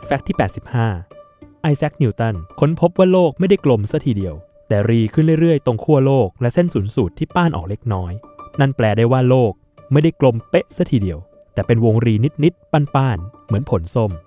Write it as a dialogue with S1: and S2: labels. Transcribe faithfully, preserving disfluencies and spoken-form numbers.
S1: แฟกต์ที่แปดสิบห้าไอแซคนิวตันค้นพบว่าโลกไม่ได้กลมซะทีเดียวแต่รีขึ้นเรื่อยๆตรงขั้วโลกและเส้นศูนย์สูตรที่ป้านออกเล็กน้อยนั่นแปลได้ว่าโลกไม่ได้กลมเป๊ะซะทีเดียวแต่เป็นวงรีนิดๆป้านๆเหมือนผลส้ม